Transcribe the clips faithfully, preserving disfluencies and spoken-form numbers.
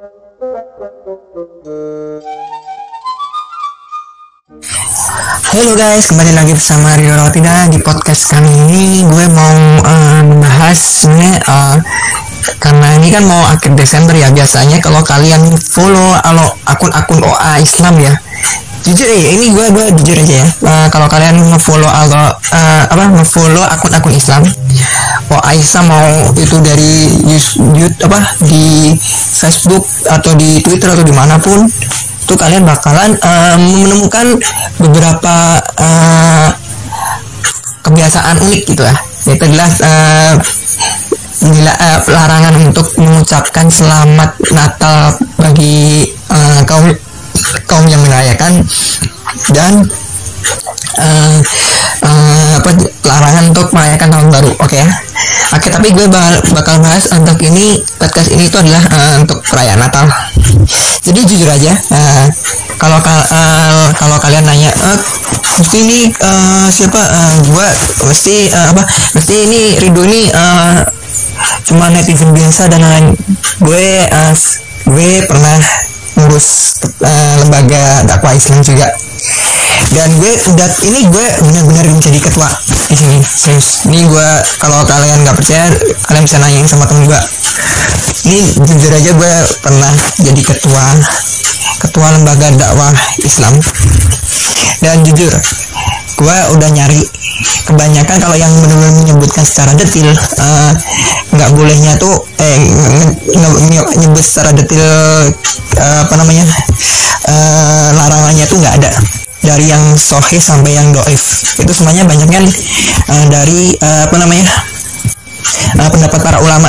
Halo guys, kembali lagi bersama Rio Rotida. Di podcast kali ini gue mau uh, membahas sebenarnya uh, karena ini kan mau akhir Desember ya. Biasanya kalau kalian follow kalau akun-akun O A Islam ya, jujur ya, ini gue gue jujur aja ya. Uh, kalau kalian nge-follow atau uh, apa nge-follow akun-akun Islam, O A Islam mau itu dari YouTube apa di Facebook atau di Twitter atau dimanapun, itu kalian bakalan uh, menemukan beberapa uh, kebiasaan unik gitu ya. Itu adalah uh, gila, uh, larangan untuk mengucapkan selamat Natal bagi uh, kaum kaum yang merayakan, dan uh, uh, apa larangan untuk merayakan tahun baru. Oke okay, ya. Oke, okay, tapi gue bakal, bakal bahas untuk ini podcast ini itu adalah uh, untuk perayaan Natal. Jadi jujur aja, uh, kalau uh, kalau kalian nanya, uh, mesti ini uh, siapa? Uh, gue mesti uh, apa? Mesti ini Ridho ini uh, cuma netizen biasa dan lain. Gue uh, gue pernah ngurus uh, lembaga dakwah Islam juga. Dan gue udah ini gue benar-benar menjadi ketua di sini, serius. Ini gue kalau kalian nggak percaya, kalian bisa nanyain sama temen gue. Ini jujur aja gue pernah jadi ketua ketua lembaga dakwah Islam. Dan jujur, gue udah nyari kebanyakan kalau yang benar-benar menyebutkan secara detil, nggak uh, bolehnya tuh eh nyebut secara detil uh, apa namanya uh, larangannya tuh nggak ada. Dari yang sahih sampai yang doif itu semuanya banyaknya uh, dari uh, apa namanya uh, pendapat para ulama.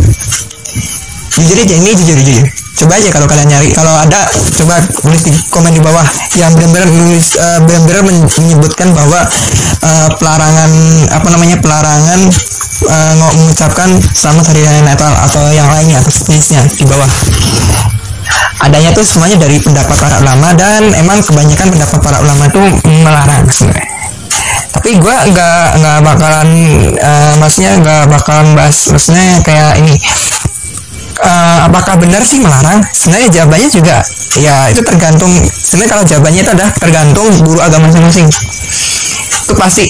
Jujur aja, ini jujur jujur. Coba aja kalau kalian nyari, kalau ada coba tulis di komen di bawah yang benar-benar nulis uh, benar-benar menyebutkan bahwa uh, pelarangan apa namanya pelarangan uh, mengucapkan selamat hari raya Natal atau yang lainnya atau sejenisnya di bawah. Adanya tuh semuanya dari pendapat para ulama, dan emang kebanyakan pendapat para ulama tuh melarang sebenarnya. Tapi gue nggak nggak bakalan uh, maksudnya nggak bakalan bahas maksudnya kayak ini uh, apakah benar sih melarang. Sebenarnya jawabannya juga ya itu tergantung. Sebenarnya kalau jawabannya itu adalah tergantung guru agama masing-masing. Itu pasti.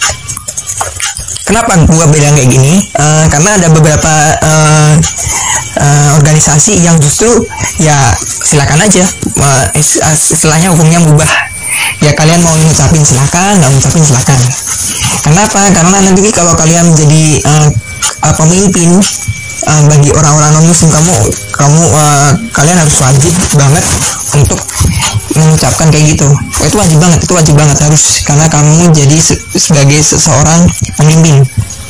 Kenapa gue bilang kayak gini? Uh, karena ada beberapa uh, uh, organisasi yang justru ya silakan aja, uh, istilahnya hukumnya mubah. Ya kalian mau ngucapin silakan, nggak ngucapin silakan. Kenapa? Karena nanti kalau kalian menjadi uh, uh, pemimpin uh, bagi orang-orang non muslim, kamu kamu uh, kalian harus wajib banget untuk mengucapkan kayak gitu. Itu wajib banget, itu wajib banget harus, karena kamu jadi se- sebagai seseorang pemimpin.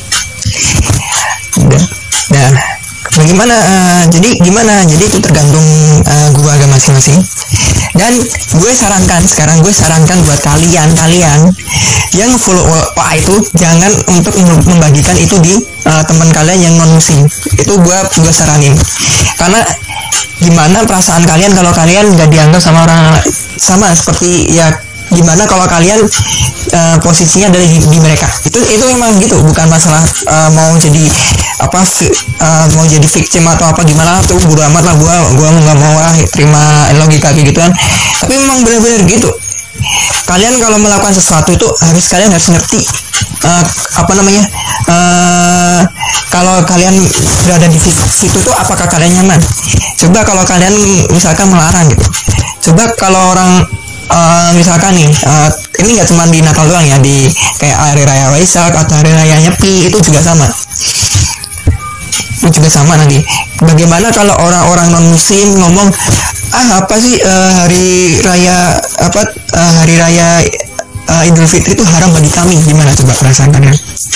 Udah, nah, bagaimana? Uh, jadi gimana? Jadi itu tergantung uh, guru agama masing-masing. Dan gue sarankan sekarang, gue sarankan buat kalian, kalian yang follow O A itu jangan untuk membagikan itu di uh, teman kalian yang non muslim. Itu gue gue saranin. Karena gimana perasaan kalian kalau kalian gak dianggap sama orang sama seperti ya gimana kalau kalian uh, posisinya dari di, di mereka. Itu itu memang gitu, bukan masalah uh, mau jadi apa uh, mau jadi victim atau apa gimana tuh bodo amat lah, gua gua nggak mau lah terima logika kayak gituan. Tapi memang benar-benar gitu. Kalian kalau melakukan sesuatu itu harus kalian harus ngerti uh, apa namanya uh, kalau kalian berada di situ tuh apakah kalian nyaman. Coba kalau kalian misalkan melarang gitu. Coba kalau orang Uh, misalkan nih uh, ini nggak cuma di Natal doang ya, di kayak hari raya Waisak atau hari raya Nyepi itu juga sama itu juga sama nanti. Bagaimana kalau orang-orang non muslim ngomong ah apa sih uh, hari raya apa uh, hari raya uh, Idul Fitri itu haram bagi kami, gimana coba perasaan kalian?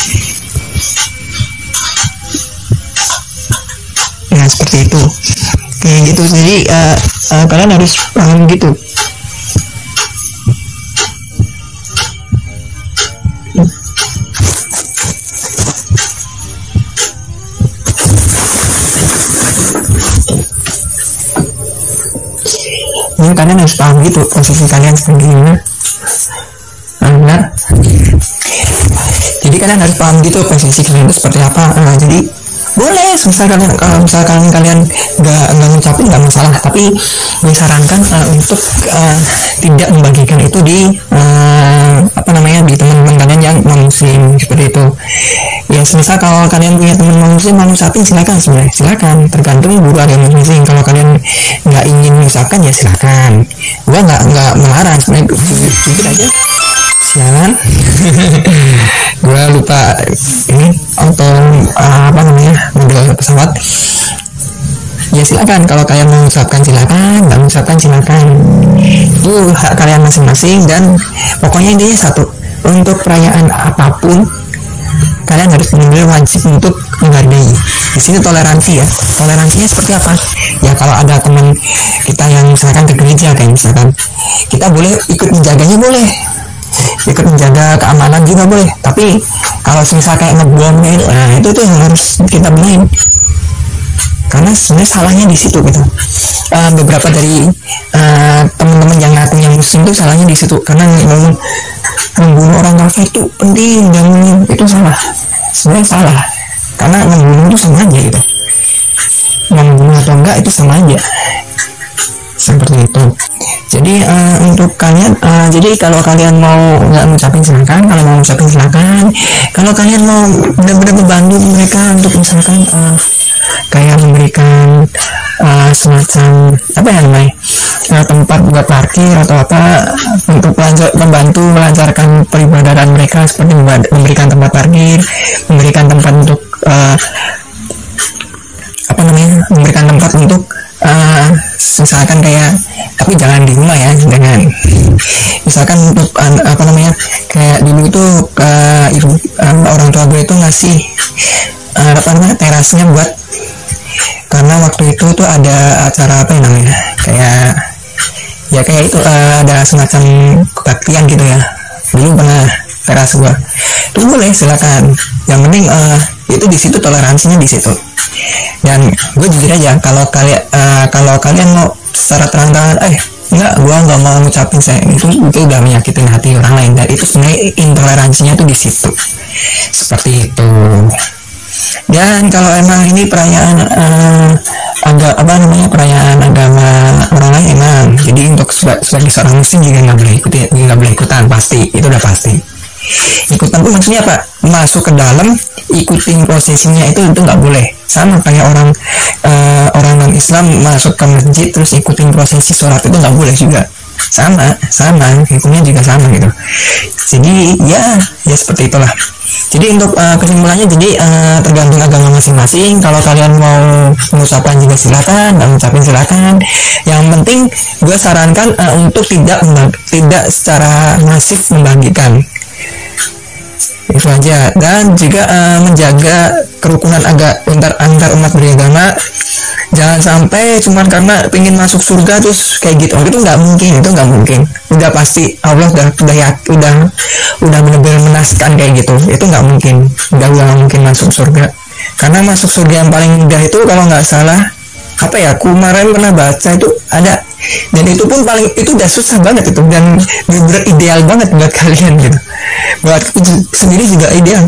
Nah seperti itu kayak gitu. Jadi uh, uh, kalian harus paham gitu. Ini kalian harus paham gitu posisi kalian seperti ini. Nah, jadi kalian harus paham gitu posisi kalian itu seperti apa. Nah, jadi boleh, misalkan kalau misalkan kalian nggak nggak ngucapin nggak masalah, tapi gue sarankan uh, untuk uh, tidak membagikan itu di uh, apa namanya di teman-teman kalian yang non muslim seperti itu. Ya misal kalau kalian punya teman non muslim mau ngucapin silakan, sebenarnya silakan, tergantung guru agama masing-masing. Kalau kalian nggak ingin mengucapkan ya silakan, gue nggak nggak melarang sebenarnya, jujur aja silakan. Gue lupa ini auto uh, apa namanya model pesawat. Ya silakan, kalau kalian mengucapkan silakan, nggak mengucapkan silakan, itu hak kalian masing-masing. Dan pokoknya intinya satu, untuk perayaan apapun kalian harus benar-benar wajib untuk menghargai. Di sini toleransi ya, toleransinya seperti apa ya? Kalau ada teman kita yang misalkan ke gereja, kayak misalkan kita boleh ikut menjaganya, boleh ikut menjaga keamanan juga boleh, tapi kalau misal kayak ngebomnya itu, nah itu tuh yang harus kita benahin, karena sebenarnya salahnya di situ gitu. Uh, beberapa dari uh, teman-teman yang ngakunya muslim tuh salahnya di situ, karena ngomong membunuh orang kafir itu penting dan itu salah. Sebenarnya salah, karena membunuh itu sama aja gitu, membunuh atau enggak itu sama aja, seperti itu. Jadi uh, untuk kalian, uh, jadi kalau kalian mau nggak ngucapin silakan, kalau mau ngucapin silakan. Kalau kalian mau benar-benar membantu mereka untuk misalkan uh, kayak memberikan uh, semacam apa ya namanya uh, tempat buat parkir atau apa, untuk melancar, membantu melancarkan peribadatan mereka, seperti memberikan tempat parkir, memberikan tempat untuk uh, apa namanya memberikan tempat untuk uh, misalkan kayak, tapi jangan di rumah ya, jangan. Misalkan untuk uh, apa namanya kayak dulu itu uh, ibu uh, orang tua gue itu ngasih uh, apa namanya terasnya buat, karena waktu itu tuh ada acara apa yang namanya kayak ya kayak itu uh, ada semacam kebaktian gitu ya, dulu pernah teras gua tuh, boleh silakan. Yang penting uh, itu di situ toleransinya di situ. Dan gue jujur aja, kalau kalian uh, kalau kalian mau secara terang-terangan eh enggak, gue nggak mau ngucapin saya, itu itu udah menyakitin hati orang lain, dan itu sebenarnya intoleransinya tuh di situ, seperti itu. Dan kalau emang ini perayaan uh, agak apa namanya perayaan agama orang lain emang, jadi untuk sebagai seorang muslim juga nggak boleh ikuti, nggak boleh ikutan, pasti itu udah pasti. Ikutan tuh maksudnya apa? Masuk ke dalam, ikutin prosesinya itu itu nggak boleh. Sama kayak orang uh, orang non Islam masuk ke masjid terus ikutin prosesi sholat, itu nggak boleh juga. Sama sama hukumnya juga sama gitu. Jadi ya ya seperti itulah. Jadi untuk uh, kesimpulannya, jadi uh, tergantung agama masing-masing. Kalau kalian mau mengucapkan juga silakan, nggak mengucapin silakan. Yang penting gue sarankan uh, untuk tidak tidak secara masif membagikan. Itu aja. Dan juga uh, menjaga kerukunan agak antar antar umat beragama. Jangan sampai cuman karena pengen masuk surga terus kayak gitu. Oh, itu nggak mungkin, itu nggak mungkin. Udah pasti Allah udah udah ya, udah udah benar-benar menaskan kayak gitu. Itu nggak mungkin. Udah nggak mungkin masuk surga. Karena masuk surga yang paling mudah itu kalau nggak salah apa ya, kemarin pernah baca itu ada, dan itu pun paling itu udah susah banget itu, dan benar-benar ideal banget buat kalian gitu. Buat sendiri juga ideal.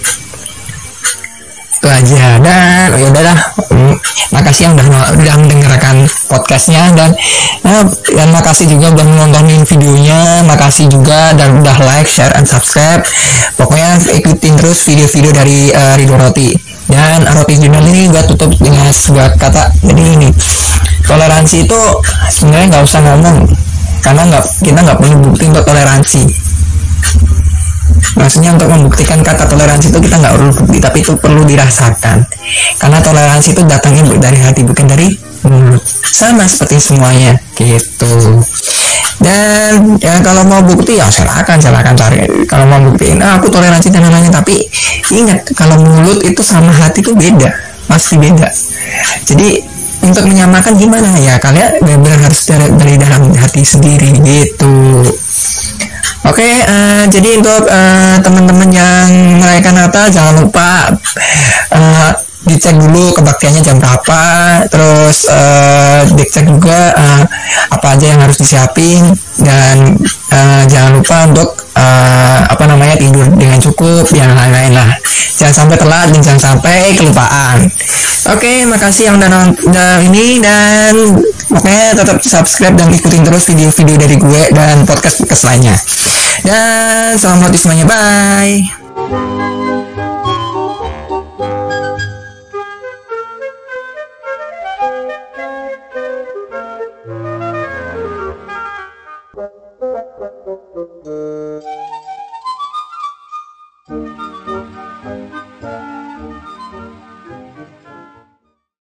Itu aja. Dan oh ya udahlah, hmm, makasih yang udah udah mendengarkan podcastnya, dan nah, dan makasih juga udah menontonin videonya, makasih juga dan udah like, share, and subscribe. Pokoknya ikutin terus video-video dari uh, Ridho Roti. Dan Roti Jurnal ini gue tutup dengan sebuah kata. Jadi ini, toleransi itu sebenarnya nggak usah ngomong, karena nggak kita nggak perlu bukti untuk toleransi. Maksudnya untuk membuktikan kata toleransi itu kita nggak perlu bukti, tapi itu perlu dirasakan. Karena toleransi itu datangnya dari hati, bukan dari mulut. Sama seperti semuanya gitu. Dan ya kalau mau bukti ya silakan silakan cari. Kalau mau buktiin, ah, aku toleransi dan lain-lain, tapi ingat kalau mulut itu sama hati itu beda, pasti beda. Jadi untuk menyamakan gimana ya, kalian benar-benar harus dari, dari dalam hati sendiri gitu. Oke, okay, uh, jadi untuk uh, teman-teman yang merayakan Natal, jangan lupa uh, dicek dulu kebaktiannya jam berapa, terus uh, dicek juga uh, apa aja yang harus disiapin, dan uh, jangan lupa untuk uh, apa namanya tidur dengan cukup dan lain-lain lah. Jangan sampai telat dan jangan sampai kelupaan. Oke, makasih yang udah udah ini, dan makanya tetap subscribe dan ikutin terus video-video dari gue dan podcast-podcast lainnya. Dan selamat semuanya, bye.